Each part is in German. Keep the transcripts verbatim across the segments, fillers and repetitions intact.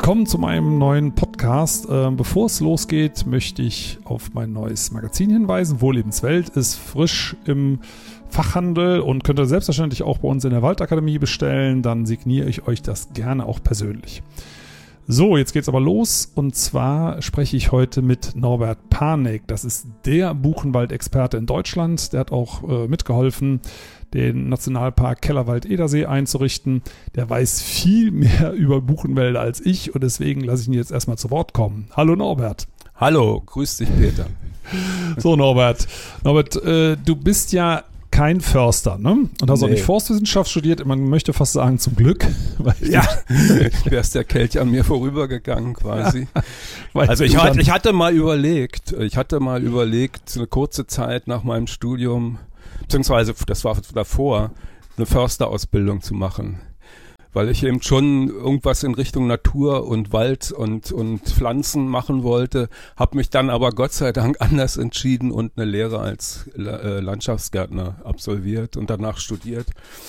Willkommen zu meinem neuen Podcast. Äh, bevor es losgeht, möchte ich auf mein neues Magazin hinweisen. Wohllebenswelt ist frisch im Fachhandel und könnt ihr selbstverständlich auch bei uns in der Waldakademie bestellen. Dann signiere ich euch das gerne auch persönlich. So, jetzt geht's aber los und zwar spreche ich heute mit Norbert Panek. Das ist der Buchenwaldexperte in Deutschland. Der hat auch äh, mitgeholfen, den Nationalpark Kellerwald-Edersee einzurichten. Der weiß viel mehr über Buchenwälder als ich und deswegen lasse ich ihn jetzt erstmal zu Wort kommen. Hallo Norbert. Hallo, grüß dich Peter. So Norbert, Norbert, äh, du bist ja kein Förster, ne? Und hast nee. auch nicht Forstwissenschaft studiert. Man möchte fast sagen, zum Glück. Weil ja, wäre es der Kelch an mir vorübergegangen quasi. Also ich, hat, ich hatte mal überlegt, ich hatte mal überlegt, eine kurze Zeit nach meinem Studium, beziehungsweise das war davor, eine Försterausbildung zu machen. Weil ich eben schon irgendwas in Richtung Natur und Wald und, und Pflanzen machen wollte, habe mich dann aber Gott sei Dank anders entschieden und eine Lehre als äh, Landschaftsgärtner absolviert und danach studiert.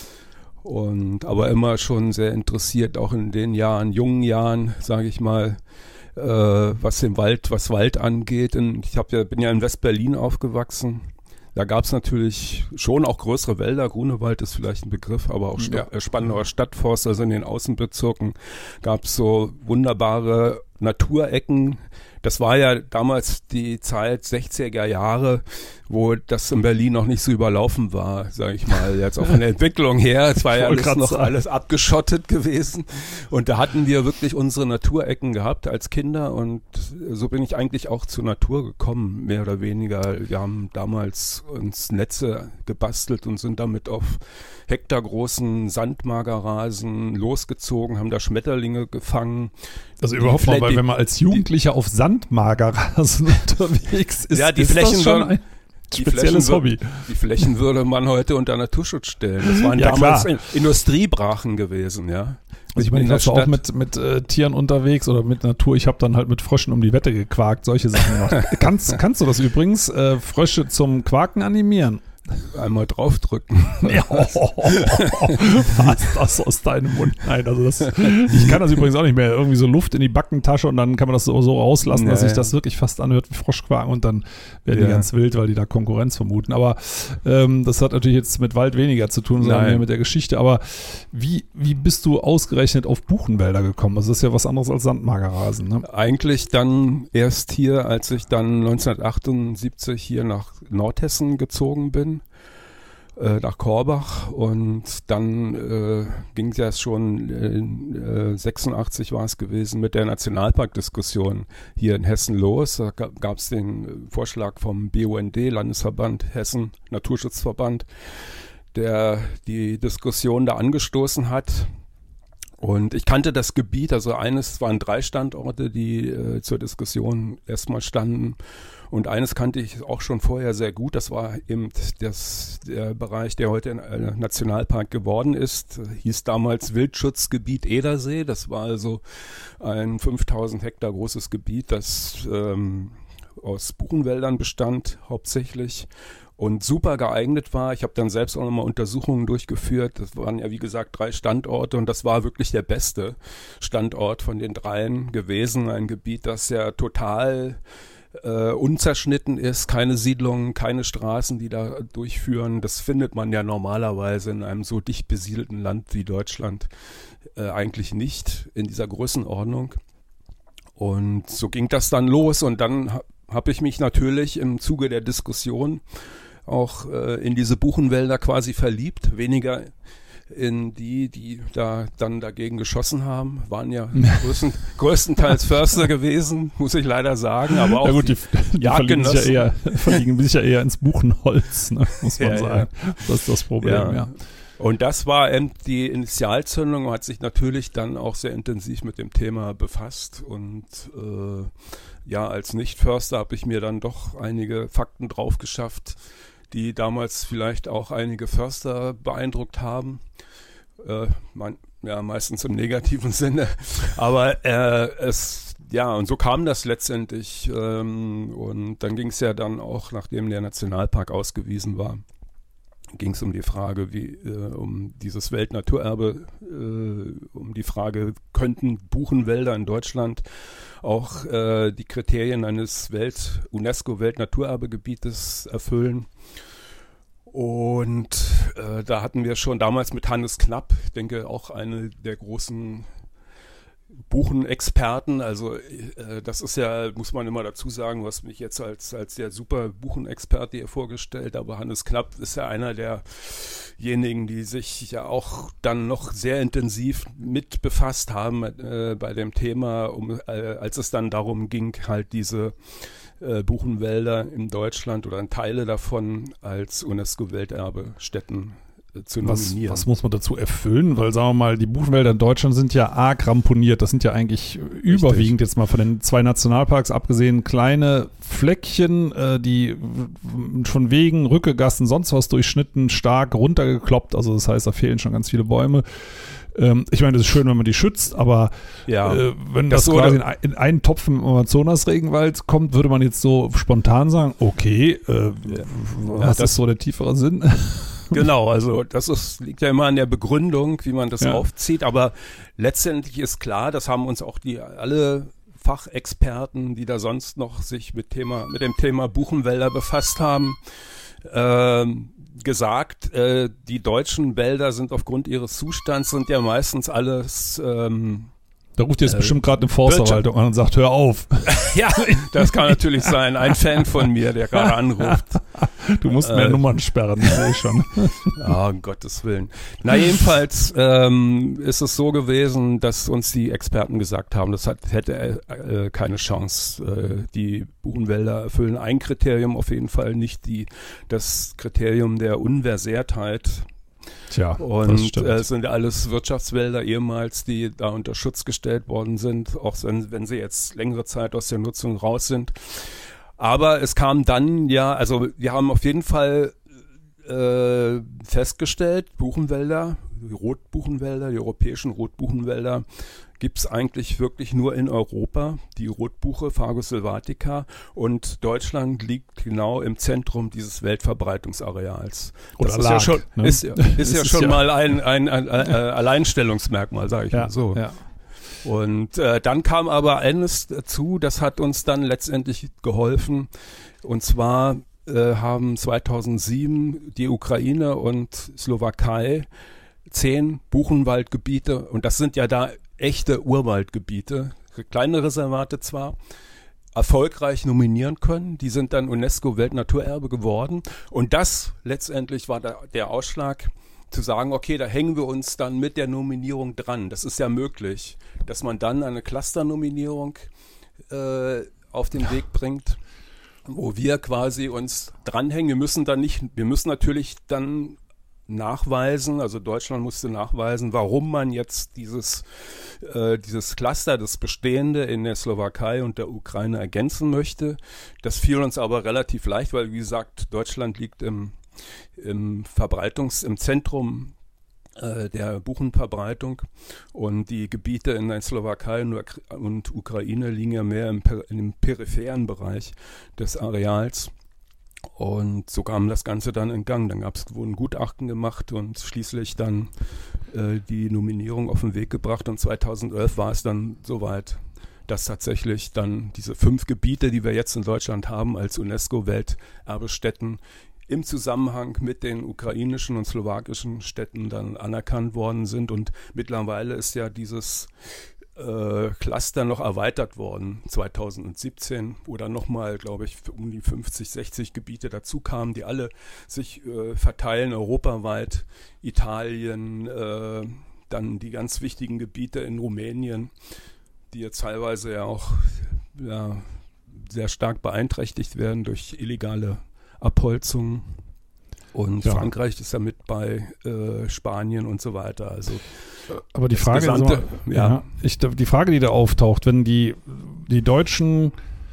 Und aber immer schon sehr interessiert, auch in den Jahren, jungen Jahren, sage ich mal, äh, was den Wald, was Wald angeht. Und ich hab ja, bin ja in West-Berlin aufgewachsen. Da gab es natürlich schon auch größere Wälder, Grunewald ist vielleicht ein Begriff, aber auch Sta- ja. Spandauer Stadtforst, also in den Außenbezirken gab es so wunderbare Naturecken. Das war ja damals die Zeit sechziger Jahre, wo das in Berlin noch nicht so überlaufen war, sage ich mal, jetzt auch von der Entwicklung her. Es war ja alles noch alles abgeschottet gewesen und da hatten wir wirklich unsere Naturecken gehabt als Kinder und so bin ich eigentlich auch zur Natur gekommen, mehr oder weniger. Wir haben damals uns Netze gebastelt und sind damit auf hektargroßen Sandmagerrasen losgezogen, haben da Schmetterlinge gefangen. Also überhaupt mal, weil wenn man als Jugendlicher auf Sandmagerrasen unterwegs ist, ja, die ist Flächen das schon ein spezielles Hobby. Die Flächen würde man heute unter Naturschutz stellen. Das waren ja, damals in, Industriebrachen gewesen, ja. Also ich meine, ich war zwar auch mit, mit äh, Tieren unterwegs oder mit Natur. Ich habe dann halt mit Fröschen um die Wette gequakt, solche Sachen gemacht. kannst, kannst du das übrigens, äh, Frösche zum Quaken animieren? Einmal draufdrücken. Ja, was ist das aus deinem Mund? Nein, also das, ich kann das übrigens auch nicht mehr. Irgendwie so Luft in die Backentasche und dann kann man das so, so rauslassen, ja, dass sich ja. das wirklich fast anhört wie Froschquaken und dann werden ja. die ganz wild, weil die da Konkurrenz vermuten. Aber ähm, das hat natürlich jetzt mit Wald weniger zu tun, sondern mehr mit der Geschichte. Aber wie, wie bist du ausgerechnet auf Buchenwälder gekommen? Also das ist ja was anderes als Sandmagerrasen, ne? Eigentlich dann erst hier, als ich dann neunzehnhundertachtundsiebzig hier nach Nordhessen gezogen bin. Nach Korbach und dann äh, ging es ja schon, äh, sechsundachtzig war es gewesen, mit der Nationalparkdiskussion hier in Hessen los. Da gab es den Vorschlag vom B U N D, Landesverband Hessen, Naturschutzverband, der die Diskussion da angestoßen hat. Und ich kannte das Gebiet, also eines waren drei Standorte, die äh, zur Diskussion erstmal standen. Und eines kannte ich auch schon vorher sehr gut, das war eben das, der Bereich, der heute ein Nationalpark geworden ist, hieß damals Wildschutzgebiet Edersee. Das war also ein fünftausend Hektar großes Gebiet, das ähm, aus Buchenwäldern bestand hauptsächlich und super geeignet war. Ich habe dann selbst auch nochmal Untersuchungen durchgeführt. Das waren ja wie gesagt drei Standorte und das war wirklich der beste Standort von den dreien gewesen. Ein Gebiet, das ja total äh, unzerschnitten ist, keine Siedlungen, keine Straßen, die da durchführen. Das findet man ja normalerweise in einem so dicht besiedelten Land wie Deutschland äh, eigentlich nicht in dieser Größenordnung. Und so ging das dann los und dann ha- habe ich mich natürlich im Zuge der Diskussion auch äh, in diese Buchenwälder quasi verliebt, weniger in die, die da dann dagegen geschossen haben, waren ja größten, größtenteils Förster gewesen, muss ich leider sagen, aber auch ja gut, die, die, die verliegen, sich ja eher, verliegen sich ja eher ins Buchenholz, ne, muss man ja, sagen. Ja. Das ist das Problem, ja. ja. Und das war eben die Initialzündung, hat sich natürlich dann auch sehr intensiv mit dem Thema befasst und äh, ja, als Nicht-Förster habe ich mir dann doch einige Fakten drauf geschafft, die damals vielleicht auch einige Förster beeindruckt haben. Äh, man, ja, meistens im negativen Sinne. Aber äh, es, ja, und so kam das letztendlich. Ähm, und dann ging es ja dann auch, nachdem der Nationalpark ausgewiesen war, ging es um die Frage, wie äh, um dieses Weltnaturerbe, äh, um die Frage, könnten Buchenwälder in Deutschland auch äh, die Kriterien eines Welt, UNESCO-Weltnaturerbegebietes erfüllen. Und äh, da hatten wir schon damals mit Hannes Knapp, ich denke auch eine der großen Buchenexperten, also äh, das ist ja, muss man immer dazu sagen, du hast mich jetzt als, als der super Buchenexperte hier vorgestellt, aber Hannes Knapp ist ja einer derjenigen, die sich ja auch dann noch sehr intensiv mit befasst haben äh, bei dem Thema, um, äh, als es dann darum ging, halt diese äh, Buchenwälder in Deutschland oder Teile davon als UNESCO-Welterbestätten zu Was, nominieren. was muss man dazu erfüllen? Weil, sagen wir mal, die Buchenwälder in Deutschland sind ja arg ramponiert. Das sind ja eigentlich Richtig. überwiegend, jetzt mal von den zwei Nationalparks abgesehen, kleine Fleckchen, äh, die von Wegen, Rückegassen, sonst was durchschnitten, stark runtergekloppt. Also das heißt, da fehlen schon ganz viele Bäume. Ähm, ich meine, das ist schön, wenn man die schützt, aber ja, äh, wenn das, das quasi in, ein, in einen Topf im Amazonas-Regenwald kommt, würde man jetzt so spontan sagen, okay, äh, ja. was ja, ist so der tiefere Sinn? Genau, also das ist, liegt ja immer an der Begründung, wie man das ja. aufzieht, aber letztendlich ist klar, das haben uns auch die alle Fachexperten, die da sonst noch sich mit Thema mit dem Thema Buchenwälder befasst haben, äh, gesagt, äh, die deutschen Wälder sind aufgrund ihres Zustands sind ja meistens alles ähm, Da ruft jetzt äh, bestimmt gerade eine Forstverwaltung an und sagt, hör auf. Ja, das kann natürlich sein. Ein Fan von mir, der gerade anruft. Du musst mehr äh, Nummern sperren, das sehe ich schon. Ja, um Gottes Willen. Na, jedenfalls ähm, ist es so gewesen, dass uns die Experten gesagt haben, das hat, hätte äh, keine Chance. Äh, die Buchenwälder erfüllen ein Kriterium auf jeden Fall, nicht die das Kriterium der Unversehrtheit. Tja, und es äh, sind alles Wirtschaftswälder ehemals, die da unter Schutz gestellt worden sind, auch wenn, wenn sie jetzt längere Zeit aus der Nutzung raus sind. Aber es kam dann, ja, also wir haben auf jeden Fall äh, festgestellt, Buchenwälder, die Rotbuchenwälder, die europäischen Rotbuchenwälder gibt es eigentlich wirklich nur in Europa, die Rotbuche, Fagus sylvatica, und Deutschland liegt genau im Zentrum dieses Weltverbreitungsareals. Oder das ist lag, ja schon, ne? ist, ist ja schon ja. mal ein, ein, ein, ein Alleinstellungsmerkmal, sage ich ja, mal so. Ja. Und äh, dann kam aber eines dazu, das hat uns dann letztendlich geholfen, und zwar äh, haben zweitausendsieben die Ukraine und Slowakei zehn Buchenwaldgebiete, und das sind ja da echte Urwaldgebiete, kleine Reservate zwar, erfolgreich nominieren können. Die sind dann UNESCO-Weltnaturerbe geworden. Und das letztendlich war da der Ausschlag, zu sagen, okay, da hängen wir uns dann mit der Nominierung dran. Das ist ja möglich, dass man dann eine Cluster-Nominierung äh, auf den Weg bringt, wo wir quasi uns dranhängen. Wir müssen dann nicht, wir müssen natürlich dann nachweisen, also Deutschland musste nachweisen, warum man jetzt dieses, äh, dieses Cluster, das Bestehende in der Slowakei und der Ukraine ergänzen möchte. Das fiel uns aber relativ leicht, weil, wie gesagt, Deutschland liegt im, im Verbreitungs-, im Zentrum äh, der Buchenverbreitung, und die Gebiete in der Slowakei und Ukraine liegen ja mehr im, in dem peripheren Bereich des Areals. Und so kam das Ganze dann in Gang. Dann gab's, wurden Gutachten gemacht und schließlich dann äh, die Nominierung auf den Weg gebracht. Und zweitausendelf war es dann soweit, dass tatsächlich dann diese fünf Gebiete, die wir jetzt in Deutschland haben, als UNESCO-Welterbestätten im Zusammenhang mit den ukrainischen und slowakischen Städten dann anerkannt worden sind. Und mittlerweile ist ja dieses Äh, Cluster noch erweitert worden, zweitausendsiebzehn, wo dann nochmal, glaube ich, um die fünfzig, sechzig Gebiete dazu kamen, die alle sich äh, verteilen, europaweit, Italien, äh, dann die ganz wichtigen Gebiete in Rumänien, die jetzt teilweise ja auch ja, sehr stark beeinträchtigt werden durch illegale Abholzungen. Und ja. Frankreich ist ja mit bei äh, Spanien und so weiter. Also, aber die Frage, gesamte, also, ja. Ja, ich, die Frage, die da auftaucht, wenn die, die deutschen,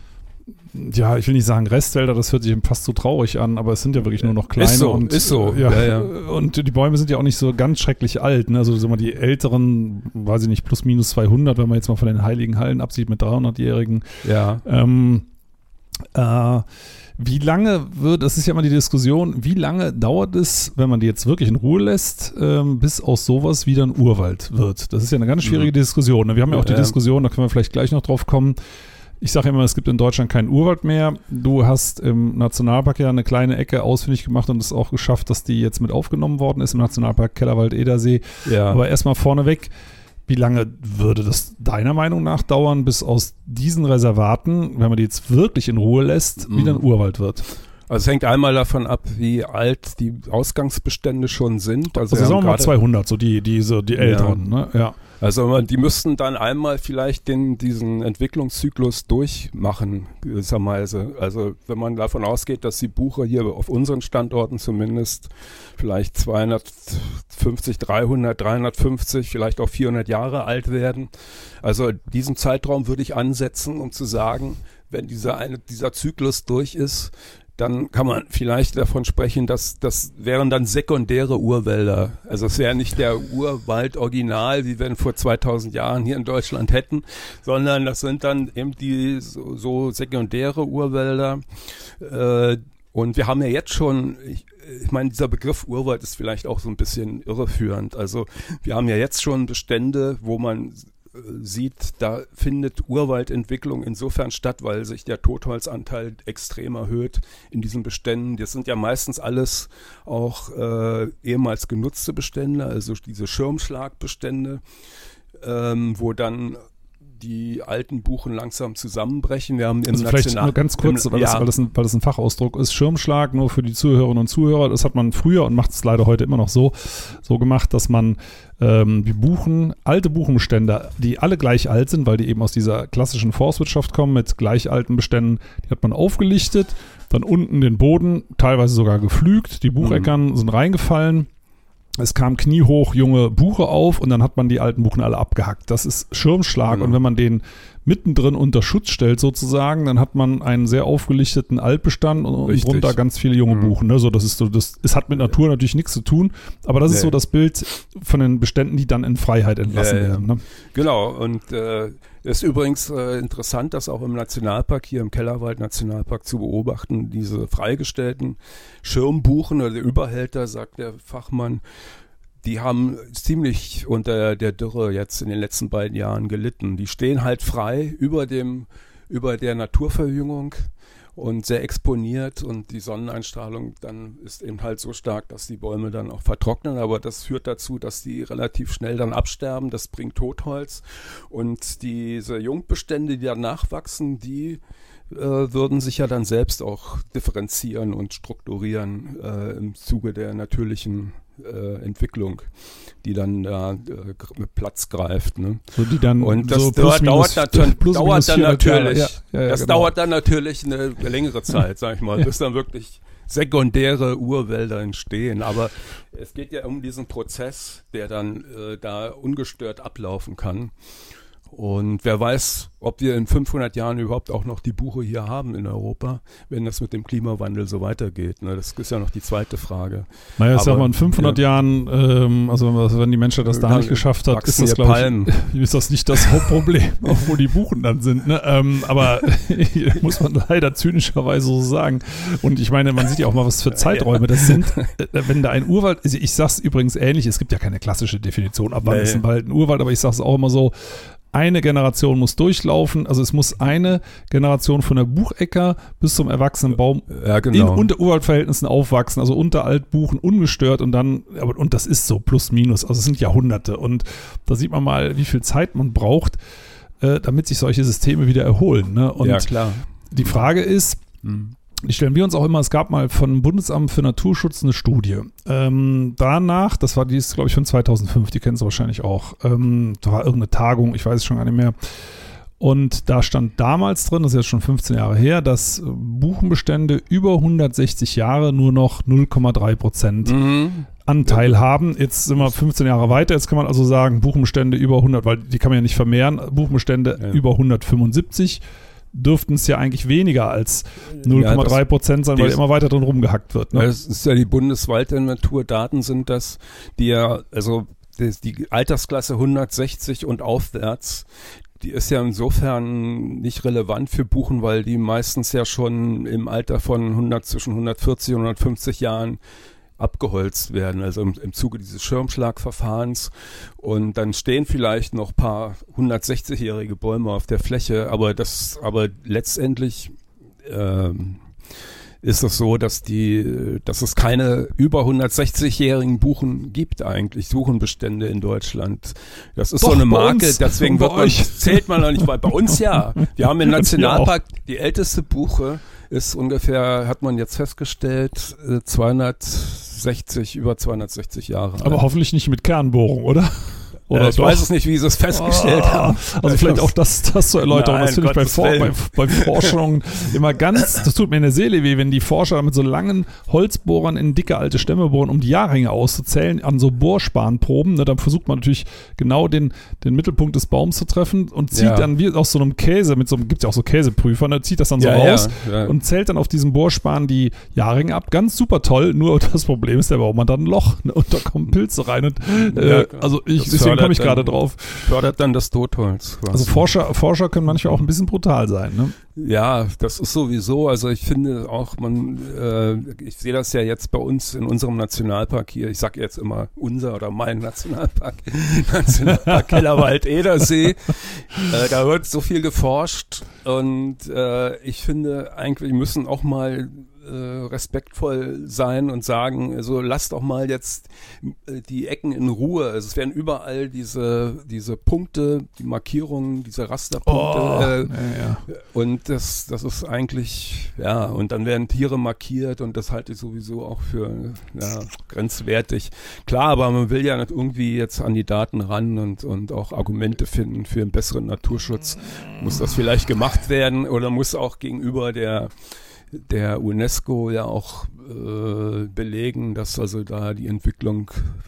ja, ich will nicht sagen Restwälder, das hört sich fast so traurig an, aber es sind ja wirklich nur noch kleine. Ist so, und, ist so. Ja, ja, ja. Und die Bäume sind ja auch nicht so ganz schrecklich alt. Ne? Also sagen wir, die älteren, weiß ich nicht, plus minus zweihundert, wenn man jetzt mal von den Heiligen Hallen absieht mit dreihundertjährigen. Ja. Ähm, äh, Wie lange wird, das ist ja immer die Diskussion, wie lange dauert es, wenn man die jetzt wirklich in Ruhe lässt, ähm, bis aus sowas wieder ein Urwald wird? Das ist ja eine ganz schwierige mhm. Diskussion. Ne? Wir haben ja auch die ja. Diskussion, da können wir vielleicht gleich noch drauf kommen. Ich sage immer, es gibt in Deutschland keinen Urwald mehr. Du hast im Nationalpark ja eine kleine Ecke ausfindig gemacht und es auch geschafft, dass die jetzt mit aufgenommen worden ist im Nationalpark Kellerwald-Edersee. Ja. Aber erstmal vorneweg, wie lange würde das deiner Meinung nach dauern, bis aus diesen Reservaten, wenn man die jetzt wirklich in Ruhe lässt, mhm. wieder ein Urwald wird? Also es hängt einmal davon ab, wie alt die Ausgangsbestände schon sind. Also, also sagen wir mal zweihundert, so die, die, so die älteren, ja. ne? Ja. Also die müssten dann einmal vielleicht den, diesen Entwicklungszyklus durchmachen, gewisserweise. Also wenn man davon ausgeht, dass die Buche hier auf unseren Standorten zumindest vielleicht zweihundertfünfzig, dreihundert, dreihundertfünfzig, vielleicht auch vierhundert Jahre alt werden. Also diesen Zeitraum würde ich ansetzen, um zu sagen, wenn dieser eine, dieser Zyklus durch ist, dann kann man vielleicht davon sprechen, dass das wären dann sekundäre Urwälder. Also es wäre nicht der Urwald original, wie wir ihn vor zweitausend Jahren hier in Deutschland hätten, sondern das sind dann eben die so, so sekundäre Urwälder. Äh, und wir haben ja jetzt schon, ich, ich meine, dieser Begriff Urwald ist vielleicht auch so ein bisschen irreführend. Also wir haben ja jetzt schon Bestände, wo man sieht, da findet Urwaldentwicklung insofern statt, weil sich der Totholzanteil extrem erhöht in diesen Beständen. Das sind ja meistens alles auch äh, ehemals genutzte Bestände, also diese Schirmschlagbestände, ähm, wo dann die alten Buchen langsam zusammenbrechen. Wir haben im also vielleicht National- nur ganz kurz, im, weil, ja. das, weil, das ein, weil das ein Fachausdruck ist, Schirmschlag, nur für die Zuhörerinnen und Zuhörer, das hat man früher und macht es leider heute immer noch so, so gemacht, dass man ähm, die Buchen, alte Buchenbestände, die alle gleich alt sind, weil die eben aus dieser klassischen Forstwirtschaft kommen mit gleich alten Beständen, die hat man aufgelichtet, dann unten den Boden, teilweise sogar geflügt, die Bucheckern mhm. sind reingefallen. Es kam kniehoch junge Buche auf und dann hat man die alten Buchen alle abgehackt. Das ist Schirmschlag mhm. und wenn man den mittendrin unter Schutz stellt sozusagen, dann hat man einen sehr aufgelichteten Altbestand und Richtig. drunter ganz viele junge mhm. Buchen. Ne? So, das ist so, das, es hat mit Natur natürlich nichts zu tun, aber das nee. ist so das Bild von den Beständen, die dann in Freiheit entlassen ja, werden. Ne? Genau, und äh, ist übrigens äh, interessant, das auch im Nationalpark, hier im Kellerwald-Nationalpark zu beobachten, diese freigestellten Schirmbuchen oder der Überhälter, sagt der Fachmann, die haben ziemlich unter der Dürre jetzt in den letzten beiden Jahren gelitten. Die stehen halt frei über dem, über der Naturverjüngung und sehr exponiert und die Sonneneinstrahlung dann ist eben halt so stark, dass die Bäume dann auch vertrocknen, aber das führt dazu, dass die relativ schnell dann absterben, das bringt Totholz und diese Jungbestände, die dann nachwachsen, die äh, würden sich ja dann selbst auch differenzieren und strukturieren äh, im Zuge der natürlichen Äh, Entwicklung, die dann da äh, Platz greift. Ne? So die dann und das so dauert, minus, dauert, nat- plus dauert dann natürlich, ja, ja, ja, das genau. dauert dann natürlich eine längere Zeit, sag ich mal, ja. bis dann wirklich sekundäre Urwälder entstehen. Aber es geht ja um diesen Prozess, der dann äh, da ungestört ablaufen kann. Und wer weiß, ob wir in fünfhundert Jahren überhaupt auch noch die Buche hier haben in Europa, wenn das mit dem Klimawandel so weitergeht. Ne? Das ist ja noch die zweite Frage. Naja, ich sag mal, in fünfhundert ja. Jahren, ähm, also wenn, wenn die Menschheit das da nicht geschafft hat, ist das, glaube ich, ist das nicht das Hauptproblem, auch wo die Buchen dann sind. Ne? Ähm, aber muss man leider zynischerweise so sagen. Und ich meine, man sieht ja auch mal, was für Zeiträume das sind. Wenn da ein Urwald, ich sag's übrigens ähnlich, es gibt ja keine klassische Definition, ab wann nee. ist ein Wald ein Urwald, aber ich sag's auch immer so, eine Generation muss durchlaufen, also es muss eine Generation von der Buchecker bis zum erwachsenen Baum ja, genau. in unter Urwaldverhältnissen aufwachsen, also unter Altbuchen ungestört und dann, aber, und das ist so plus minus, also es sind Jahrhunderte und da sieht man mal, wie viel Zeit man braucht, äh, damit sich solche Systeme wieder erholen. Ne? Und ja, klar. Die Frage ist, hm. die stellen wir uns auch immer, es gab mal vom Bundesamt für Naturschutz eine Studie. Ähm, danach, das war die ist, glaube ich, von zweitausendfünf, die kennen Sie wahrscheinlich auch. Ähm, da war irgendeine Tagung, ich weiß es schon gar nicht mehr. Und da stand damals drin, das ist jetzt schon fünfzehn Jahre her, dass Buchenbestände über hundertsechzig Jahre nur noch null Komma drei Prozent mhm. Anteil haben. Jetzt sind wir fünfzehn Jahre weiter, jetzt kann man also sagen, Buchenbestände über hundert, weil die kann man ja nicht vermehren, Buchenbestände ja. über hundertfünfundsiebzig dürften es ja eigentlich weniger als null Komma drei Prozent sein, weil immer weiter drin rumgehackt wird. Ne? Das ist ja die Bundeswaldinventurdaten sind das, die ja, also die, die Altersklasse hundertsechzig und aufwärts, die ist ja insofern nicht relevant für Buchen, weil die meistens ja schon im Alter von hundert, zwischen hundertvierzig und hundertfünfzig Jahren abgeholzt werden, also im, im Zuge dieses Schirmschlagverfahrens. Und dann stehen vielleicht noch ein paar hundertsechzigjährige Bäume auf der Fläche, aber das, aber letztendlich ähm, ist es so, dass die, dass es keine über hundertsechzigjährigen Buchen gibt eigentlich, Buchenbestände in Deutschland. Das ist Doch, so eine bei Marke, uns, deswegen wird man, zählt man noch nicht, weil bei uns ja. Wir haben im Nationalpark die älteste Buche ist ungefähr, hat man jetzt festgestellt, zweihundertsechzig, über zweihundertsechzig Jahre alt. Aber hoffentlich nicht mit Kernbohrung, oder? Oder äh, ich doch? weiß es nicht, wie sie es festgestellt oh, haben. Also vielleicht auch das, das zur Erläuterung. Nein, das finde ich bei, Gottes For Willen. bei, bei Forschung immer ganz, das tut mir in der Seele weh, wenn die Forscher mit so langen Holzbohrern in dicke alte Stämme bohren, um die Jahrringe auszuzählen, an so Bohrspanproben. Ne, dann versucht man natürlich genau den, den Mittelpunkt des Baums zu treffen und zieht Ja. dann wie aus so einem Käse, mit so einem, gibt es ja auch so Käseprüfer, ne, zieht das dann so Ja, raus ja, ja. und zählt dann auf diesem Bohrspan die Jahrringe ab. Ganz super toll, nur das Problem ist, der Baum hat dann ein Loch, ne, und da kommen Pilze rein. Und, äh, Ja, also ich, das deswegen fördert komme ich gerade dann- drauf. Fördert dann das Totholz. quasi. Also Forscher, Forscher können manchmal auch ein bisschen brutal sein, ne? Ja, das ist sowieso, also ich finde auch, man, äh, ich sehe das ja jetzt bei uns in unserem Nationalpark hier, ich sage jetzt immer unser oder mein Nationalpark, Nationalpark Kellerwald-Edersee, äh, da wird so viel geforscht und äh, ich finde eigentlich, wir müssen auch mal äh, respektvoll sein und sagen, also lasst doch mal jetzt äh, die Ecken in Ruhe. Also es werden überall diese, diese Punkte, die Markierungen, diese Rasterpunkte äh, ja, ja. und das, das ist eigentlich, ja, und dann werden Tiere markiert und das halte ich sowieso auch für ja, grenzwertig. Klar, aber man will ja nicht irgendwie jetzt an die Daten ran und, und auch Argumente finden für einen besseren Naturschutz. Muss das vielleicht gemacht werden oder muss auch gegenüber der der UNESCO ja auch äh, belegen, dass also da die Entwicklung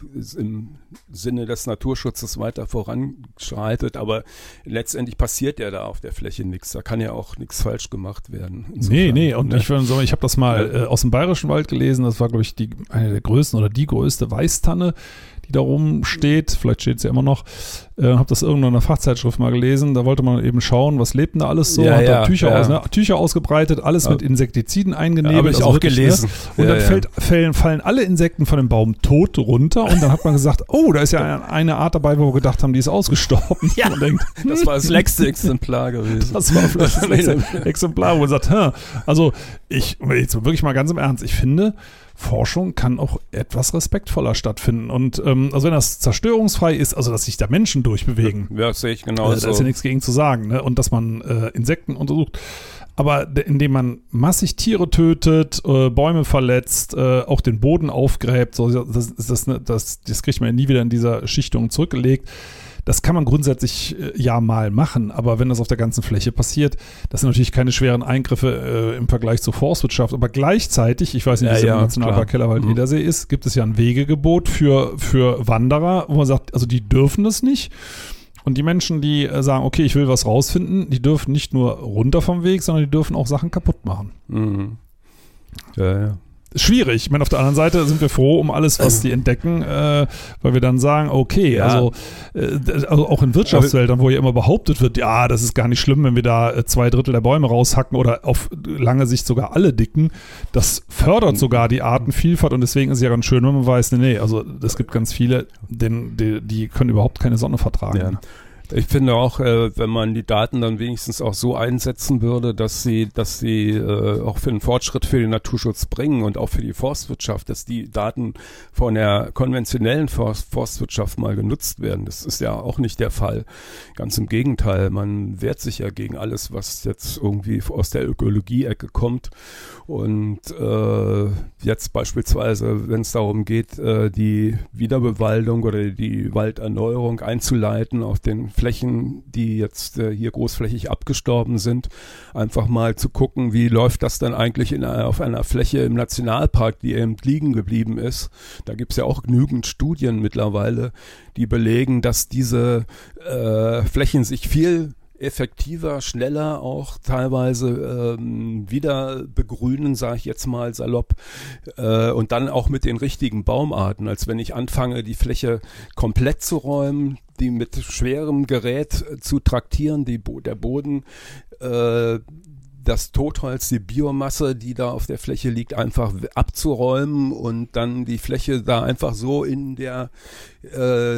im Sinne des Naturschutzes weiter voranschreitet, aber letztendlich passiert ja da auf der Fläche nichts, da kann ja auch nichts falsch gemacht werden. Insofern, Nee, nee, und ne? ich würde sagen, ich habe das mal äh, aus dem Bayerischen Wald gelesen, das war, glaube ich, die, eine der größten oder die größte Weißtanne, die da rumsteht, vielleicht steht sie ja immer noch, äh, habe das irgendwo in einer Fachzeitschrift mal gelesen, da wollte man eben schauen, was lebt denn da alles so, Ja, hat da ja, Tücher, ja. aus, ne, Tücher ausgebreitet, alles Ja. mit Insektiziden eingenebelt. Ja, habe ich also auch wirklich, gelesen. Ne? Und Ja, dann ja. Fällt, fallen, fallen alle Insekten von dem Baum tot runter und dann hat man gesagt, oh, da ist ja eine Art dabei, wo wir gedacht haben, die ist ausgestorben. Ja. Man denkt, Das war das letzte Exemplar gewesen. das war vielleicht das letzte Exemplar, wo man sagt, hä, also ich, jetzt wirklich mal ganz im Ernst, ich finde, Forschung kann auch etwas respektvoller stattfinden. Und ähm, also wenn das zerstörungsfrei ist, also dass sich da Menschen durchbewegen, Ja, das sehe ich äh, genauso. da ist ja nichts gegen zu sagen, ne? Und dass man äh, Insekten untersucht. Aber de- indem man massig Tiere tötet, äh, Bäume verletzt, äh, auch den Boden aufgräbt, so, das, das, das, ne, das, das kriegt man ja nie wieder in dieser Schichtung zurückgelegt. Das kann man grundsätzlich äh, ja mal machen, aber wenn das auf der ganzen Fläche passiert, das sind natürlich keine schweren Eingriffe äh, im Vergleich zur Forstwirtschaft, aber gleichzeitig, ich weiß nicht, wie Ja, es im ja, Nationalpark klar. Kellerwald-Edersee ist, gibt es ja ein Wegegebot für, für Wanderer, wo man sagt, also die dürfen das nicht. Und die Menschen, die äh, sagen, okay, ich will was rausfinden, die dürfen nicht nur runter vom Weg, sondern die dürfen auch Sachen kaputt machen. Mhm. Ja, ja. Schwierig. Ich meine, auf der anderen Seite sind wir froh um alles, was die entdecken, äh, weil wir dann sagen, okay, Ja. also, äh, also auch in Wirtschaftswäldern, wo ja immer behauptet wird, ja, das ist gar nicht schlimm, wenn wir da äh, zwei Drittel der Bäume raushacken oder auf lange Sicht sogar alle dicken, das fördert sogar die Artenvielfalt und deswegen ist es ja ganz schön, wenn man weiß, nee, nee, also es gibt ganz viele, denn die, die können überhaupt keine Sonne vertragen. Ja. Ich finde auch, äh, wenn man die Daten dann wenigstens auch so einsetzen würde, dass sie, dass sie äh, auch für den Fortschritt für den Naturschutz bringen und auch für die Forstwirtschaft, dass die Daten von der konventionellen Forst, Forstwirtschaft mal genutzt werden. Das ist ja auch nicht der Fall. Ganz im Gegenteil, man wehrt sich ja gegen alles, was jetzt irgendwie aus der Ökologie-Ecke kommt. Und äh, jetzt beispielsweise, wenn es darum geht, äh, die Wiederbewaldung oder die Walderneuerung einzuleiten auf den Flächen, die jetzt äh, hier großflächig abgestorben sind, einfach mal zu gucken, wie läuft das dann eigentlich in einer, auf einer Fläche im Nationalpark, die eben liegen geblieben ist. Da gibt es ja auch genügend Studien mittlerweile, die belegen, dass diese äh, Flächen sich viel effektiver, schneller auch teilweise ähm, wieder begrünen, sage ich jetzt mal salopp, äh, und dann auch mit den richtigen Baumarten, als wenn ich anfange, die Fläche komplett zu räumen, die mit schwerem Gerät zu traktieren, die, der Boden, äh, das Totholz, die Biomasse, die da auf der Fläche liegt, einfach abzuräumen und dann die Fläche da einfach so in der äh,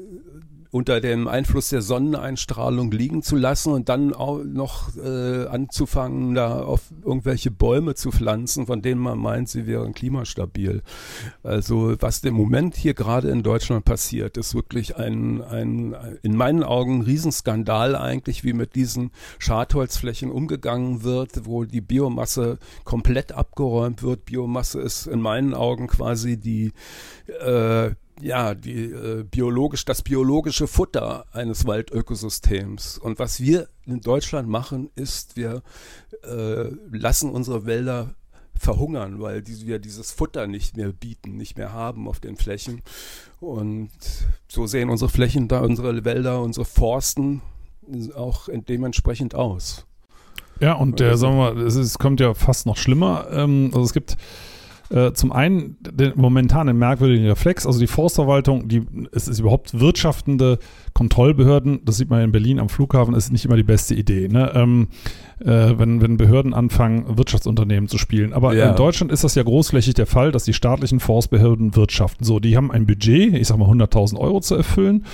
unter dem Einfluss der Sonneneinstrahlung liegen zu lassen und dann auch noch äh, anzufangen, da auf irgendwelche Bäume zu pflanzen, von denen man meint, sie wären klimastabil. Also was im Moment hier gerade in Deutschland passiert, ist wirklich ein, ein in meinen Augen ein Riesenskandal eigentlich, wie mit diesen Schadholzflächen umgegangen wird, wo die Biomasse komplett abgeräumt wird. Biomasse ist in meinen Augen quasi die äh, ja, die äh, biologisch, das biologische Futter eines Waldökosystems. Und was wir in Deutschland machen, ist, wir äh, lassen unsere Wälder verhungern, weil die, wir dieses Futter nicht mehr bieten, nicht mehr haben auf den Flächen. Und so sehen unsere Flächen da, unsere Wälder, unsere Forsten auch dementsprechend aus. Ja, und der, sagen wir mal, es ist, kommt ja fast noch schlimmer. Ähm, also es gibt Äh, zum einen den momentanen merkwürdigen Reflex, also die Forstverwaltung, die, es ist überhaupt wirtschaftende Kontrollbehörden, das sieht man in Berlin am Flughafen, ist nicht immer die beste Idee, ne? ähm, äh, wenn, wenn Behörden anfangen, Wirtschaftsunternehmen zu spielen. Aber ja. In Deutschland ist das ja großflächig der Fall, dass die staatlichen Forstbehörden wirtschaften. So, die haben ein Budget, ich sag mal hunderttausend Euro zu erfüllen.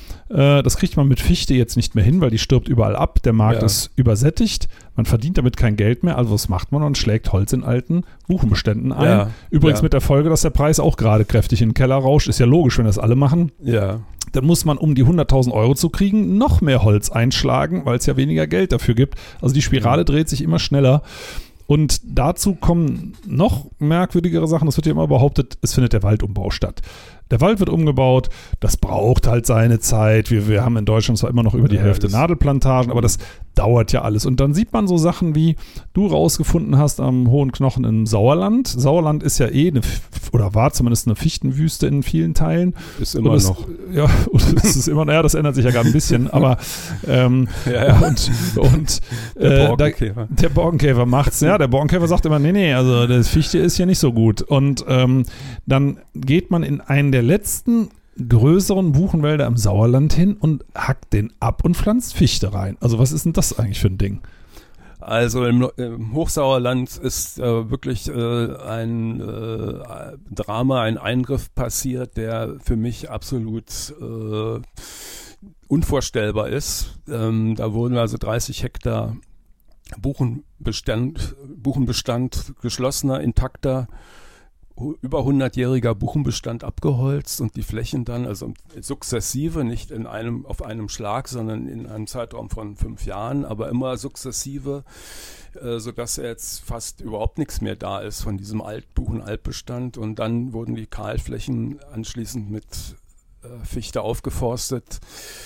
Das kriegt man mit Fichte jetzt nicht mehr hin, weil die stirbt überall ab. Der Markt ja. ist übersättigt. Man verdient damit kein Geld mehr. Also was macht man? Man schlägt Holz in alten Buchenbeständen ein. Ja. Übrigens ja. mit der Folge, dass der Preis auch gerade kräftig in den Keller rauscht. Ist ja logisch, wenn das alle machen. Ja. Dann muss man, um die hunderttausend Euro zu kriegen, noch mehr Holz einschlagen, weil es ja weniger Geld dafür gibt. Also die Spirale ja. dreht sich immer schneller. Und dazu kommen noch merkwürdigere Sachen. Es wird ja immer behauptet, es findet der Waldumbau statt. Der Wald wird umgebaut, das braucht halt seine Zeit. Wir, wir haben in Deutschland zwar immer noch über die ja, Hälfte Nadelplantagen, aber das dauert ja alles. Und dann sieht man so Sachen, wie du rausgefunden hast am Hohen Knochen im Sauerland. Sauerland ist ja eh eine, oder war zumindest eine Fichtenwüste in vielen Teilen. Ist immer es, noch. Ja, es ist immer, naja, das ändert sich ja gerade ein bisschen, aber ähm, ja, ja. und, und der äh, Borkenkäfer. Da, der Borkenkäfer macht's, ja, der Borkenkäfer sagt immer, nee, nee, also das Fichte ist hier nicht so gut. Und ähm, dann geht man in einen der letzten größeren Buchenwälder im Sauerland hin und hackt den ab und pflanzt Fichte rein. Also was ist denn das eigentlich für ein Ding? Also im, im Hochsauerland ist äh, wirklich äh, ein äh, Drama, ein Eingriff passiert, der für mich absolut äh, unvorstellbar ist. Ähm, da wurden also dreißig Hektar Buchenbestand, Buchenbestand geschlossener, intakter, über hundertjähriger Buchenbestand abgeholzt und die Flächen dann, also sukzessive, nicht in einem, auf einem Schlag, sondern in einem Zeitraum von fünf Jahren, aber immer sukzessive, äh, sodass jetzt fast überhaupt nichts mehr da ist von diesem Alt Buchen-Altbestand. Und dann wurden die Kahlflächen anschließend mit äh, Fichte aufgeforstet.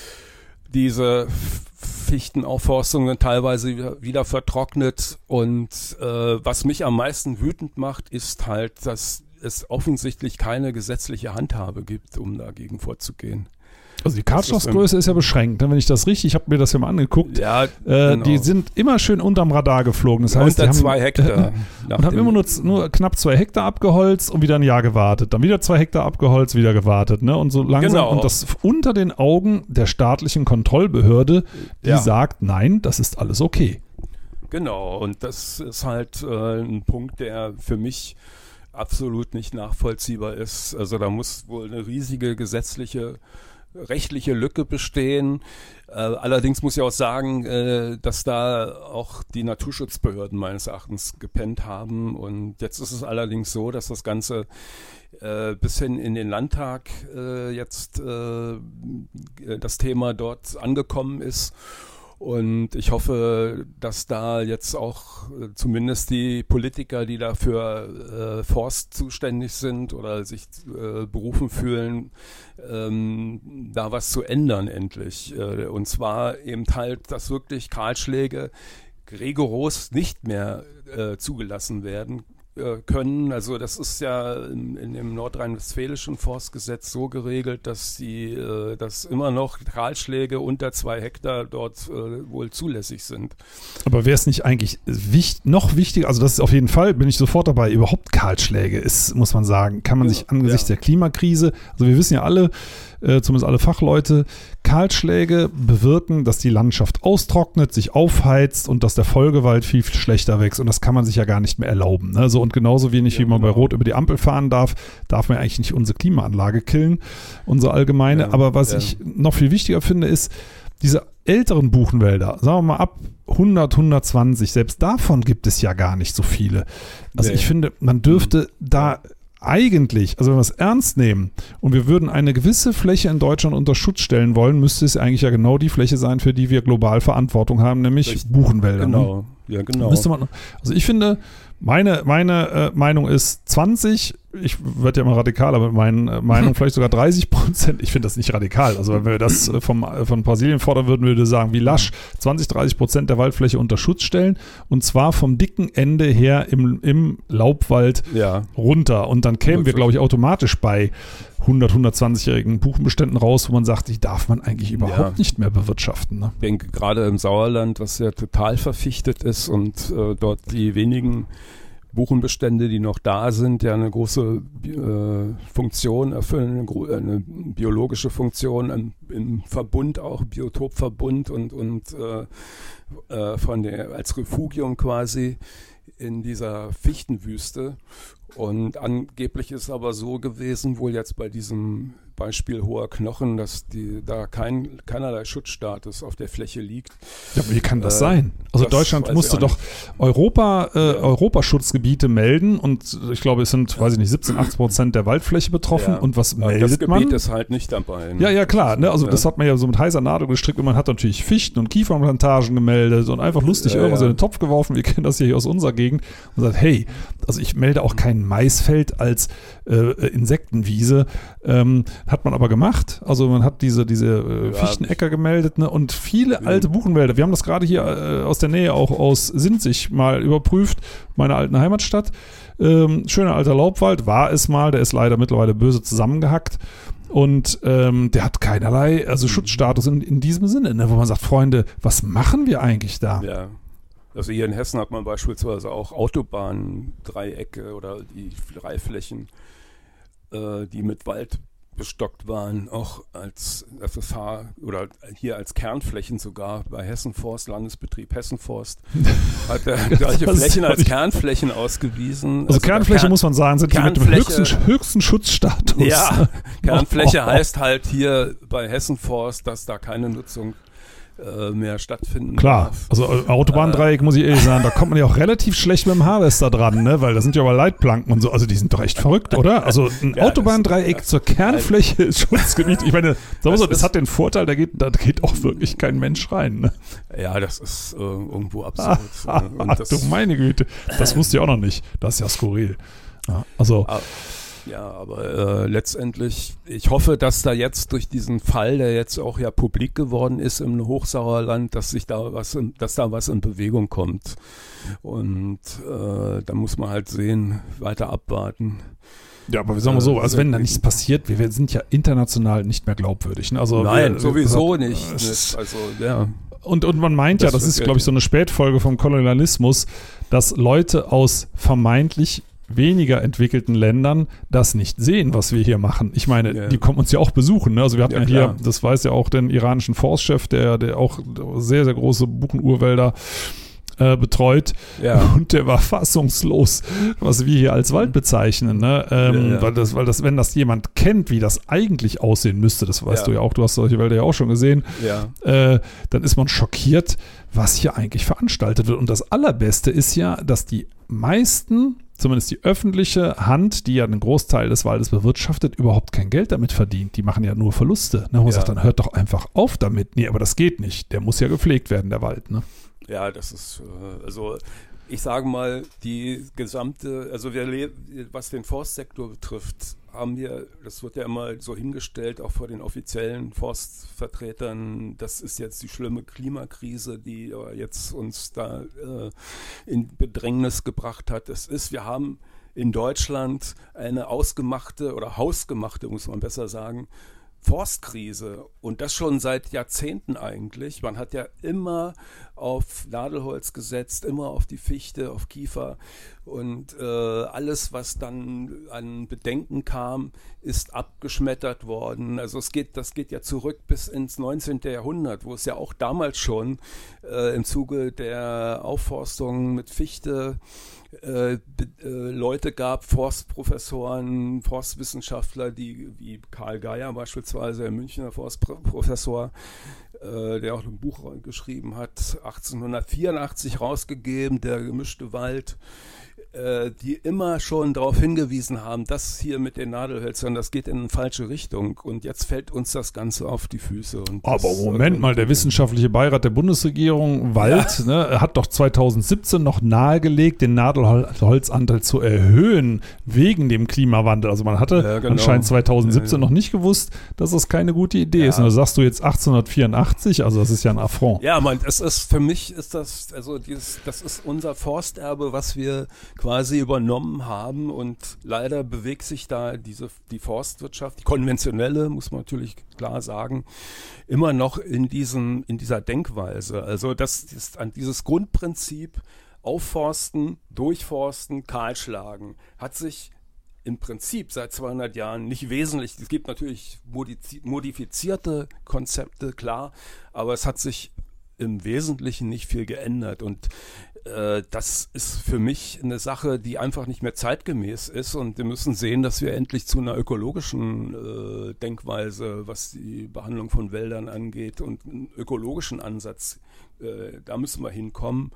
Diese Fichtenaufforstungen sind teilweise wieder, wieder vertrocknet und äh, was mich am meisten wütend macht, ist halt, dass es offensichtlich keine gesetzliche Handhabe gibt, um dagegen vorzugehen. Also die Kartstoffgröße ist ja beschränkt, wenn ich das richtig, ich habe mir das ja mal angeguckt, ja, äh, genau. Die sind immer schön unterm Radar geflogen. Das heißt, unter die haben, zwei Hektar. Äh, und haben immer nur, nur knapp zwei Hektar abgeholzt und wieder ein Jahr gewartet. Dann wieder zwei Hektar abgeholzt, wieder gewartet. Ne? Und so langsam, genau. Und das unter den Augen der staatlichen Kontrollbehörde, die ja. sagt, nein, das ist alles okay. Genau, und das ist halt äh, ein Punkt, der für mich absolut nicht nachvollziehbar ist. Also da muss wohl eine riesige gesetzliche rechtliche Lücke bestehen. Äh, allerdings muss ich auch sagen, äh, dass da auch die Naturschutzbehörden meines Erachtens gepennt haben. Und jetzt ist es allerdings so, dass das Ganze äh, bis hin in den Landtag äh, jetzt äh, das Thema dort angekommen ist. Und ich hoffe, dass da jetzt auch äh, zumindest die Politiker, die da für äh, Forst zuständig sind oder sich äh, berufen fühlen, ähm, da was zu ändern endlich. Äh, und zwar eben halt, dass wirklich Kahlschläge rigoros nicht mehr äh, zugelassen werden äh, können. Also das ist ja in, in dem nordrhein-westfälischen Forstgesetz so geregelt, dass die, äh, dass immer noch Kahlschläge unter zwei Hektar dort äh, wohl zulässig sind. Aber wäre es nicht eigentlich wichtig, noch wichtiger, also das ist auf jeden Fall, bin ich sofort dabei, überhaupt Kahlschläge ist, muss man sagen, kann man Ja, sich angesichts ja. der Klimakrise, also wir wissen ja alle, äh, zumindest alle Fachleute, Kahlschläge bewirken, dass die Landschaft austrocknet, sich aufheizt und dass der Folgewald viel, viel schlechter wächst und das kann man sich ja gar nicht mehr erlauben. Ne? So, und genauso wenig, Ja, wie man genau. bei Rot über die Ampel fahren darf, darf man eigentlich nicht unsere Klimaanlage killen, unsere allgemeine. Ja, Aber was ja. ich noch viel wichtiger finde, ist, diese älteren Buchenwälder, sagen wir mal ab hundert, hundertzwanzig, selbst davon gibt es ja gar nicht so viele. Also Nee. ich finde, man dürfte da eigentlich, also wenn wir es ernst nehmen und wir würden eine gewisse Fläche in Deutschland unter Schutz stellen wollen, müsste es eigentlich ja genau die Fläche sein, für die wir global Verantwortung haben, nämlich Richtig. Buchenwälder. Genau, ja genau. Müsste man, also ich finde, meine, meine äh, Meinung ist zwanzig, ich werde ja immer radikaler mit meinen äh, Meinungen, vielleicht sogar dreißig Prozent. Ich finde das nicht radikal. Also wenn wir das äh, vom, äh, von Brasilien fordern würden, würde ich sagen, wie lasch, zwanzig, dreißig Prozent der Waldfläche unter Schutz stellen und zwar vom dicken Ende her im, im Laubwald Ja. runter. Und dann kämen wir, glaube ich, automatisch bei hundert, hundertzwanzigjährigen Buchenbeständen raus, wo man sagt, die darf man eigentlich überhaupt Ja. nicht mehr bewirtschaften. Ne? Ich denke, gerade im Sauerland, was ja total verfichtet ist und äh, dort die wenigen Buchenbestände, die noch da sind, ja eine große äh, Funktion erfüllen, eine, gro- eine biologische Funktion im, im Verbund auch, Biotopverbund und, und äh, äh, von der, als Refugium quasi in dieser Fichtenwüste. Und angeblich ist aber so gewesen, wohl jetzt bei diesem Beispiel hoher Knochen, dass die, da kein, keinerlei Schutzstatus auf der Fläche liegt. Ja, aber wie kann das Äh, sein? Also das Deutschland weiß musste ich auch doch Europa, äh, Ja. Europaschutzgebiete melden und ich glaube, es sind, weiß ich nicht, siebzehn, achtzig Prozent der Waldfläche betroffen. Ja. Und was Aber meldet das Gebiet man? ist halt nicht dabei. Ne? Ja, ja, klar. Ne? Also Ja. das hat man ja so mit heißer Nadel gestrickt und man hat natürlich Fichten und Kiefernplantagen gemeldet und einfach lustig Ja, irgendwas ja. in den Topf geworfen. Wir kennen das ja hier aus unserer Gegend und sagt, hey, also ich melde auch kein Maisfeld als äh, Insektenwiese. Ähm, hat man aber gemacht. Also man hat diese, diese äh, Ja. Fichtenecker gemeldet, ne? Und viele alte Buchenwälder. Wir haben das gerade hier äh, aus der Nähe auch aus Sinzig mal überprüft, meine alten Heimatstadt. Ähm, schöner alter Laubwald, war es mal, der ist leider mittlerweile böse zusammengehackt. Und ähm, der hat keinerlei, also Schutzstatus in, in diesem Sinne, ne? Wo man sagt, Freunde, was machen wir eigentlich da? Ja. Also hier in Hessen hat man beispielsweise auch Autobahndreiecke oder die Freiflächen, äh, die mit Wald bestockt waren, auch als F F H oder hier als Kernflächen sogar bei Hessenforst, Landesbetrieb Hessenforst, hat er solche Das Flächen war als nicht- Kernflächen ausgewiesen. Also Kernfläche Kern- muss man sagen, sind die mit dem Kernfläche- höchsten, höchsten Schutzstatus. Ja, Kernfläche heißt halt hier bei Hessenforst, dass da keine Nutzung äh, mehr stattfinden Klar, darf. also äh, Autobahndreieck, muss ich ehrlich sagen, da kommt man ja auch relativ schlecht mit dem Harvester dran, ne? Weil da sind ja aber Leitplanken und so, also die sind doch echt verrückt, oder? Also ein Ja, Autobahndreieck das- zur Kernfläche ist Schutzgebiet. Ich meine, sagen wir Das so, das ist- hat den Vorteil, da geht, da geht auch wirklich kein Mensch rein. Ne? Ja, das ist äh, irgendwo absurd. Ah, Äh, und ach das, du meine Güte, das wusste ich auch noch nicht. Das ist ja skurril. Ja, also, Ah, ja, aber äh, letztendlich, ich hoffe, dass da jetzt durch diesen Fall, der jetzt auch ja publik geworden ist im Hochsauerland, dass sich da was, in, dass da was in Bewegung kommt. Und äh, da muss man halt sehen, weiter abwarten. ja, aber wir sagen mal so, äh, also wenn da nichts passiert, wir, wir sind ja international nicht mehr glaubwürdig. Ne? Also Nein, wir, sowieso wir, nicht. es- Also, ja. Und, und man meint ja, Das das wird ist, glaube ich, so eine Spätfolge vom Kolonialismus, dass Leute aus vermeintlich weniger entwickelten Ländern das nicht sehen, was wir hier machen. Ich meine, Ja. die kommen uns ja auch besuchen. Ne? Also wir hatten ja, Ja, hier, klar. das weiß ja auch den iranischen Forstchef, der, der auch sehr, sehr große Buchenurwälder äh, betreut. Ja. Und der war fassungslos, was wir hier als Wald bezeichnen. Ne? Ähm, Ja, ja. Weil, das, weil das, wenn das jemand kennt, wie das eigentlich aussehen müsste, das weißt Ja. du ja auch, du hast solche Wälder ja auch schon gesehen, Ja. äh, dann ist man schockiert, was hier eigentlich veranstaltet wird. Und das Allerbeste ist ja, dass die meisten, zumindest die öffentliche Hand, die ja einen Großteil des Waldes bewirtschaftet, überhaupt kein Geld damit verdient. Die machen ja nur Verluste. Ne? Wo man Ja. sagt, dann hört doch einfach auf damit. Nee, aber das geht nicht. Der muss ja gepflegt werden, der Wald. Ne? Ja, das ist, äh, also ich sage mal, die gesamte, also wir le- was den Forstsektor betrifft, haben wir, das wird ja immer so hingestellt, auch vor den offiziellen Forstvertretern, das ist jetzt die schlimme Klimakrise, die jetzt uns da äh, in Bedrängnis gebracht hat. Es ist, wir haben in Deutschland eine ausgemachte oder hausgemachte, muss man besser sagen, Forstkrise, und das schon seit Jahrzehnten eigentlich. Man hat ja immer auf Nadelholz gesetzt, immer auf die Fichte, auf Kiefer, und äh, alles, was dann an Bedenken kam, ist abgeschmettert worden. Also es geht, das geht ja zurück bis ins neunzehnten Jahrhundert, wo es ja auch damals schon äh, im Zuge der Aufforstung mit Fichte Äh, äh, Leute gab, Forstprofessoren, Forstwissenschaftler, die wie Karl Geier beispielsweise, der Münchner Forstprofessor, äh, der auch ein Buch geschrieben hat, achtzehnhundertvierundachtzig rausgegeben, Der gemischte Wald, äh, die immer schon darauf hingewiesen haben, das hier mit den Nadelhölzern, das geht in eine falsche Richtung, und jetzt fällt uns das Ganze auf die Füße. Und aber das, Moment äh, mal, der wissenschaftliche Beirat der Bundesregierung, Wald, ja. ne, hat doch zweitausendsiebzehn noch nahegelegt, den Nadelholzanteil zu erhöhen wegen dem Klimawandel. Also man hatte ja, genau. anscheinend zweitausendsiebzehn ja, ja. noch nicht gewusst, dass das keine gute Idee ja. ist. Und da sagst du jetzt achtzehnhundertvierundachtzig, also das ist ja ein Affront. Ja, man, es ist, für mich ist das, also dieses, das ist unser Forsterbe, was wir quasi übernommen haben, und leider bewegt sich da diese, die Forstwirtschaft, die konventionelle, muss man natürlich klar sagen, immer noch in diesem, in dieser Denkweise. Also das ist an dieses Grundprinzip Aufforsten, Durchforsten, Kahlschlagen hat sich im Prinzip seit zweihundert Jahren nicht wesentlich, es gibt natürlich modifizierte Konzepte, klar, aber es hat sich im Wesentlichen nicht viel geändert, und äh, das ist für mich eine Sache, die einfach nicht mehr zeitgemäß ist, und wir müssen sehen, dass wir endlich zu einer ökologischen äh, Denkweise, was die Behandlung von Wäldern angeht, und einen ökologischen Ansatz, äh, da müssen wir hinkommen.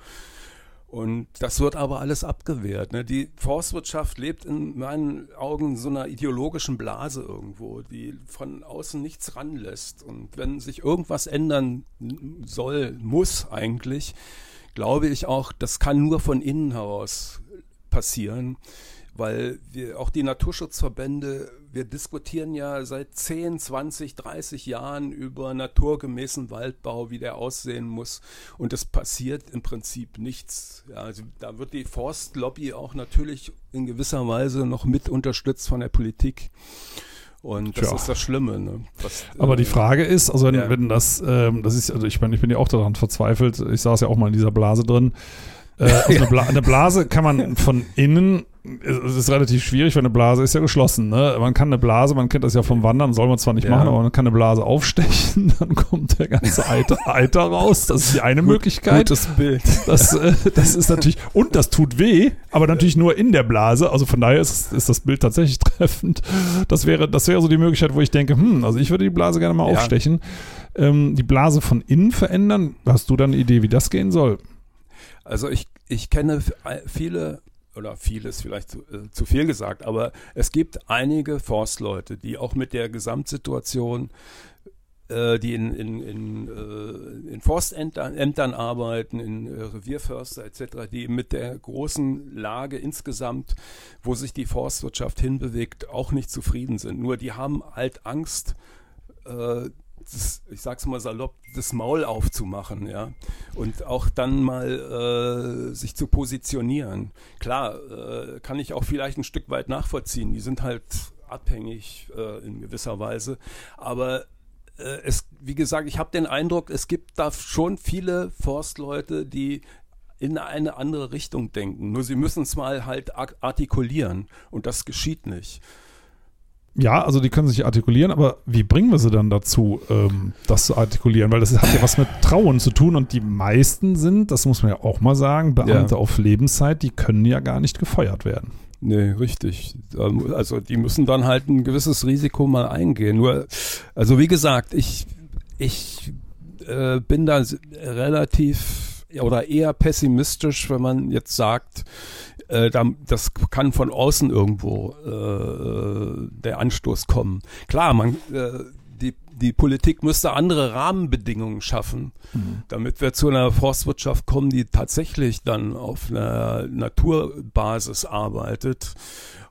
Und das wird aber alles abgewehrt. Ne? Die Forstwirtschaft lebt in meinen Augen in so einer ideologischen Blase irgendwo, die von außen nichts ranlässt. Und wenn sich irgendwas ändern soll, muss eigentlich, glaube ich auch, das kann nur von innen heraus passieren, weil wir auch die Naturschutzverbände, wir diskutieren ja seit zehn, zwanzig, dreißig Jahren über naturgemäßen Waldbau, wie der aussehen muss, und es passiert im Prinzip nichts. Ja, also da wird die Forstlobby auch natürlich in gewisser Weise noch mit unterstützt von der Politik. Und das Tja. ist das Schlimme. Ne? Was, Aber äh, die Frage ist, also wenn, ja. wenn das, ähm, das ist, also ich meine, ich bin ja auch daran verzweifelt, ich saß ja auch mal in dieser Blase drin. Äh, also eine, Bla- eine Blase kann man von innen, es ist relativ schwierig, weil eine Blase ist ja geschlossen. Ne? Man kann eine Blase, man kennt das ja vom Wandern, soll man zwar nicht ja. machen, aber man kann eine Blase aufstechen, dann kommt der ganze Eiter, Eiter raus. Das ist die eine Gut, Möglichkeit. Gutes Bild. Das, äh, das ist natürlich, und das tut weh, aber natürlich nur in der Blase. Also von daher ist, ist das Bild tatsächlich treffend. Das wäre, das wäre so die Möglichkeit, wo ich denke, hm, also ich würde die Blase gerne mal ja. aufstechen. Ähm, die Blase von innen verändern. Hast du da eine Idee, wie das gehen soll? Also ich, ich kenne viele, oder vieles vielleicht zu, äh, zu viel gesagt, aber es gibt einige Forstleute, die auch mit der Gesamtsituation, äh, die in, in, in, äh, in Forstämtern Ämtern arbeiten, in äh, Revierförster et cetera, die mit der großen Lage insgesamt, wo sich die Forstwirtschaft hinbewegt, auch nicht zufrieden sind. Nur die haben halt Angst, äh, Das, ich sag's mal salopp, das Maul aufzumachen, ja, und auch dann mal äh, sich zu positionieren. Klar, äh, kann ich auch vielleicht ein Stück weit nachvollziehen, die sind halt abhängig äh, in gewisser Weise, aber äh, es, wie gesagt, ich habe den Eindruck, es gibt da schon viele Forstleute, die in eine andere Richtung denken, nur sie müssen es mal halt artikulieren, und das geschieht nicht. Ja, also die können sich artikulieren, aber wie bringen wir sie dann dazu, ähm, das zu artikulieren? Weil das hat ja was mit Trauen zu tun, und die meisten sind, das muss man ja auch mal sagen, Beamte ja. auf Lebenszeit, die können ja gar nicht gefeuert werden. Nee, richtig. Also die müssen dann halt ein gewisses Risiko mal eingehen. Nur, also wie gesagt, ich, ich äh, bin da relativ oder eher pessimistisch, wenn man jetzt sagt, äh, das kann von außen irgendwo äh, der Anstoß kommen. Klar, man, äh, die, die Politik müsste andere Rahmenbedingungen schaffen, mhm. damit wir zu einer Forstwirtschaft kommen, die tatsächlich dann auf einer Naturbasis arbeitet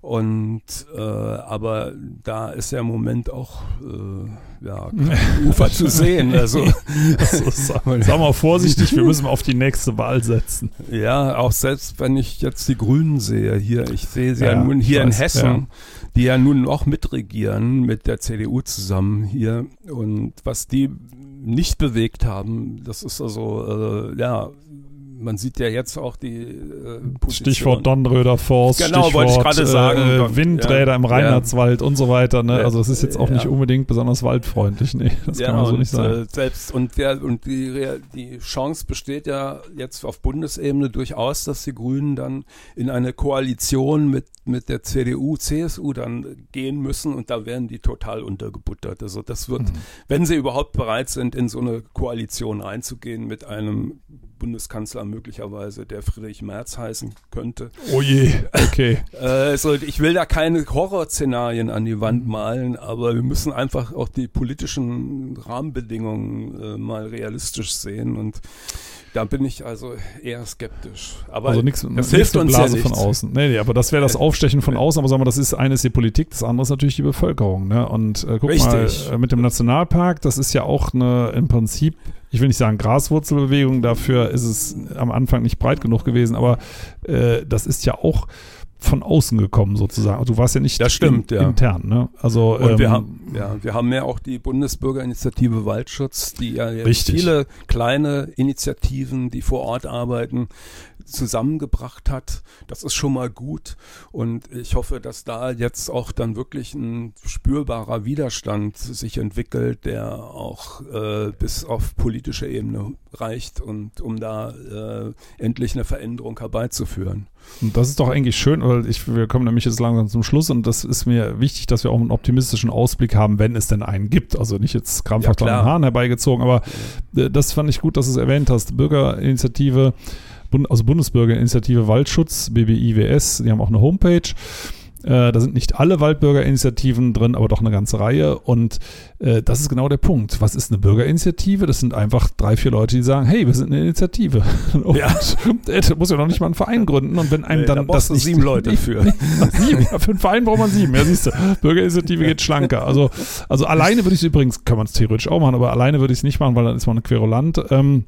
Und äh, aber da ist ja im Moment auch äh, ja, kein Ufer zu sehen. Also also, sag, sag mal vorsichtig, wir müssen auf die nächste Wahl setzen. Ja, auch selbst wenn ich jetzt die Grünen sehe hier, ich sehe sie ja, ja nun hier weiß, in Hessen, ja. die ja nun auch mitregieren mit der C D U zusammen hier, und was die nicht bewegt haben, das ist also, äh, ja, man sieht ja jetzt auch die äh, Position. Stichwort Donnröder Forst, genau, Stichwort wollte ich gerade sagen. Äh, Windräder ja, im Reinhardswald ja. und so weiter. Ne? Ja, also es ist jetzt auch ja. nicht unbedingt besonders waldfreundlich. Nee, das ja, kann man so und, nicht sagen. Äh, selbst und der, und die, die Chance besteht ja jetzt auf Bundesebene durchaus, dass die Grünen dann in eine Koalition mit, mit der C D U, C S U dann gehen müssen, und da werden die total untergebuttert. Also das wird, mhm. wenn sie überhaupt bereit sind, in so eine Koalition einzugehen mit einem Bundeskanzler möglicherweise, der Friedrich Merz heißen könnte. Oh je, okay. äh, also ich will da keine Horrorszenarien an die Wand malen, aber wir müssen einfach auch die politischen Rahmenbedingungen äh, mal realistisch sehen, und da bin ich also eher skeptisch. Aber also nichts, das nichts hilft uns Blase ja von außen. Nee, nee, aber das wäre das Aufstechen von außen. Aber sagen wir, das ist eines die Politik, das andere ist natürlich die Bevölkerung. Ne? Und äh, guck Richtig. mal, äh, mit dem Nationalpark, das ist ja auch eine im Prinzip, ich will nicht sagen Graswurzelbewegung, dafür ist es am Anfang nicht breit genug gewesen, aber äh, das ist ja auch von außen gekommen sozusagen. Du warst ja nicht das stimmt, in, ja. intern. Ne? Also, und ähm, wir haben ja, wir haben ja auch die Bundesbürgerinitiative Waldschutz, die ja jetzt richtig. viele kleine Initiativen, die vor Ort arbeiten, zusammengebracht hat. Das ist schon mal gut, und ich hoffe, dass da jetzt auch dann wirklich ein spürbarer Widerstand sich entwickelt, der auch äh, bis auf politische Ebene reicht, und um da äh, endlich eine Veränderung herbeizuführen. Und das ist doch eigentlich schön, weil ich, wir kommen nämlich jetzt langsam zum Schluss, und das ist mir wichtig, dass wir auch einen optimistischen Ausblick haben, wenn es denn einen gibt. Also nicht jetzt krampfhaft an den Haaren herbeigezogen, aber ja. das fand ich gut, dass du es erwähnt hast. Bürgerinitiative, also Bundesbürgerinitiative Waldschutz, B B I W S, die haben auch eine Homepage. Äh, da sind nicht alle Waldbürgerinitiativen drin, aber doch eine ganze Reihe. Und äh, das ist genau der Punkt. Was ist eine Bürgerinitiative? Das sind einfach drei, vier Leute, die sagen, hey, wir sind eine Initiative. Und ja. da muss ja noch nicht mal einen Verein gründen. Und wenn einem nee, dann da brauchst das du sieben Leute für. Nee, sieben. Ja, für einen Verein braucht man sieben. Ja, siehst du, Bürgerinitiative geht schlanker. Also, also alleine würde ich es übrigens, kann man es theoretisch auch machen, aber alleine würde ich es nicht machen, weil dann ist man eine Querulant. Ähm,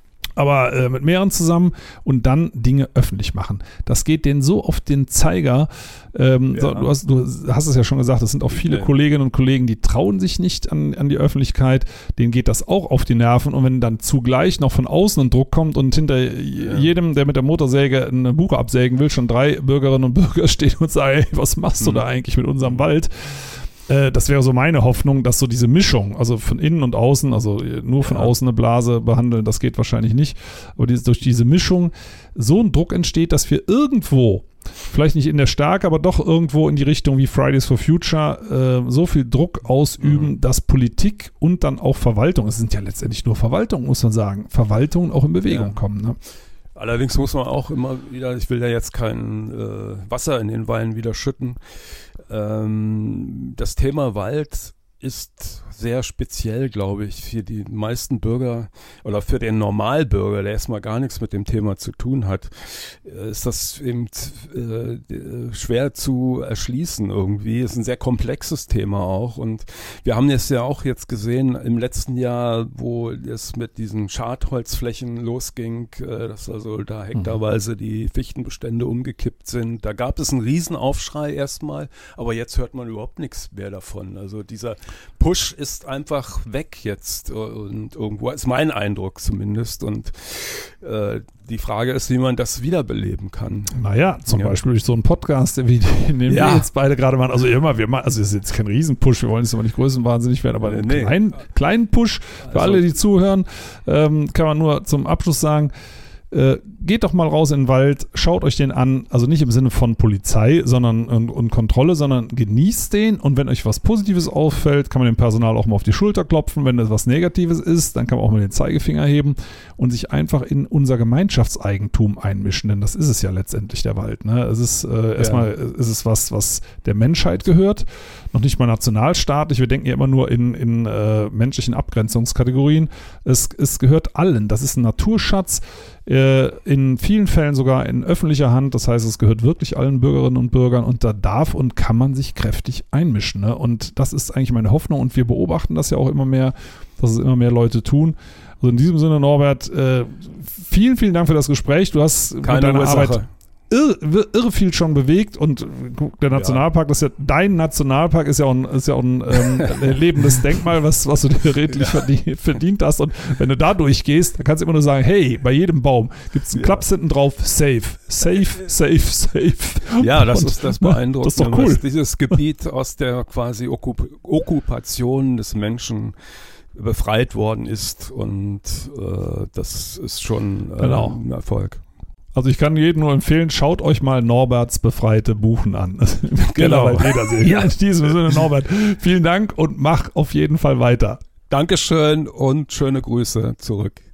aber äh, mit mehreren zusammen und dann Dinge öffentlich machen. Das geht denen so auf den Zeiger. Ähm, ja. so, du, hast, du hast es ja schon gesagt, es sind auch viele ja. Kolleginnen und Kollegen, die trauen sich nicht an, an die Öffentlichkeit. Denen geht das auch auf die Nerven. Und wenn dann zugleich noch von außen ein Druck kommt und hinter ja. jedem, der mit der Motorsäge eine Buche absägen will, schon drei Bürgerinnen und Bürger stehen und sagen, hey, was machst du mhm. da eigentlich mit unserem Wald? Das wäre so meine Hoffnung, dass so diese Mischung, also von innen und außen, also nur von ja. außen eine Blase behandeln, das geht wahrscheinlich nicht, aber dieses, durch diese Mischung so ein Druck entsteht, dass wir irgendwo, vielleicht nicht in der Stärke, aber doch irgendwo in die Richtung wie Fridays for Future äh, so viel Druck ausüben, mhm. dass Politik und dann auch Verwaltung, es sind ja letztendlich nur Verwaltungen, muss man sagen, Verwaltungen auch in Bewegung ja. kommen. Ne? Allerdings muss man auch immer wieder, ich will ja jetzt kein äh, Wasser in den Wein wieder schütten, ähm, das Thema Wald ist sehr speziell, glaube ich, für die meisten Bürger oder für den Normalbürger, der erstmal gar nichts mit dem Thema zu tun hat, ist das eben äh, schwer zu erschließen irgendwie. Es ist ein sehr komplexes Thema auch, und wir haben es ja auch jetzt gesehen im letzten Jahr, wo es mit diesen Schadholzflächen losging, äh, dass also da hektarweise die Fichtenbestände umgekippt sind. Da gab es einen Riesenaufschrei erstmal, aber jetzt hört man überhaupt nichts mehr davon. Also dieser Push ist einfach weg jetzt, und irgendwo ist mein Eindruck zumindest, und äh, die Frage ist, wie man das wiederbeleben kann. Naja, zum ja. Beispiel durch so einen Podcast, wie den ja. wir jetzt beide gerade machen. Also immer, wir machen, also es ist jetzt kein Riesenpush, wir wollen jetzt aber nicht größenwahnsinnig werden, aber einen nee. kleinen, kleinen Push für also, alle, die zuhören, ähm, kann man nur zum Abschluss sagen, Äh, geht doch mal raus in den Wald, schaut euch den an, also nicht im Sinne von Polizei sondern und, und Kontrolle, sondern genießt den, und wenn euch was Positives auffällt, kann man dem Personal auch mal auf die Schulter klopfen. Wenn das was Negatives ist, dann kann man auch mal den Zeigefinger heben und sich einfach in unser Gemeinschaftseigentum einmischen, denn das ist es ja letztendlich, der Wald. Ne? Es ist äh, erstmal ja. ist es was, was der Menschheit gehört, noch nicht mal nationalstaatlich. Wir denken ja immer nur in, in äh, menschlichen Abgrenzungskategorien. Es, es gehört allen. Das ist ein Naturschatz. äh, in vielen Fällen sogar in öffentlicher Hand. Das heißt, es gehört wirklich allen Bürgerinnen und Bürgern und da darf und kann man sich kräftig einmischen. Ne? Und das ist eigentlich meine Hoffnung und wir beobachten das ja auch immer mehr, dass es immer mehr Leute tun. Also in diesem Sinne, Norbert, äh, vielen, vielen Dank für das Gespräch. Du hast Keine mit deiner Ursache. Arbeit irre, irre viel schon bewegt und der Nationalpark, das ist ja, dein Nationalpark ist ja auch ein, ist ja auch ein ähm, lebendes Denkmal, was, was du dir redlich ja. verdient, verdient hast und wenn du da durchgehst, dann kannst du immer nur sagen, hey, bei jedem Baum gibt es einen ja. Klaps hinten drauf, safe, safe, safe, safe. Ja, das und, ist das Beeindruckende, das ist doch cool. dass dieses Gebiet aus der quasi Okkup- Okkupation des Menschen befreit worden ist und äh, das ist schon äh, genau. ein Erfolg. Also ich kann jedem nur empfehlen, schaut euch mal Norberts befreite Buchen an. Genau. Ja. In diesem Sinne, Norbert, vielen Dank und mach auf jeden Fall weiter. Dankeschön und schöne Grüße zurück.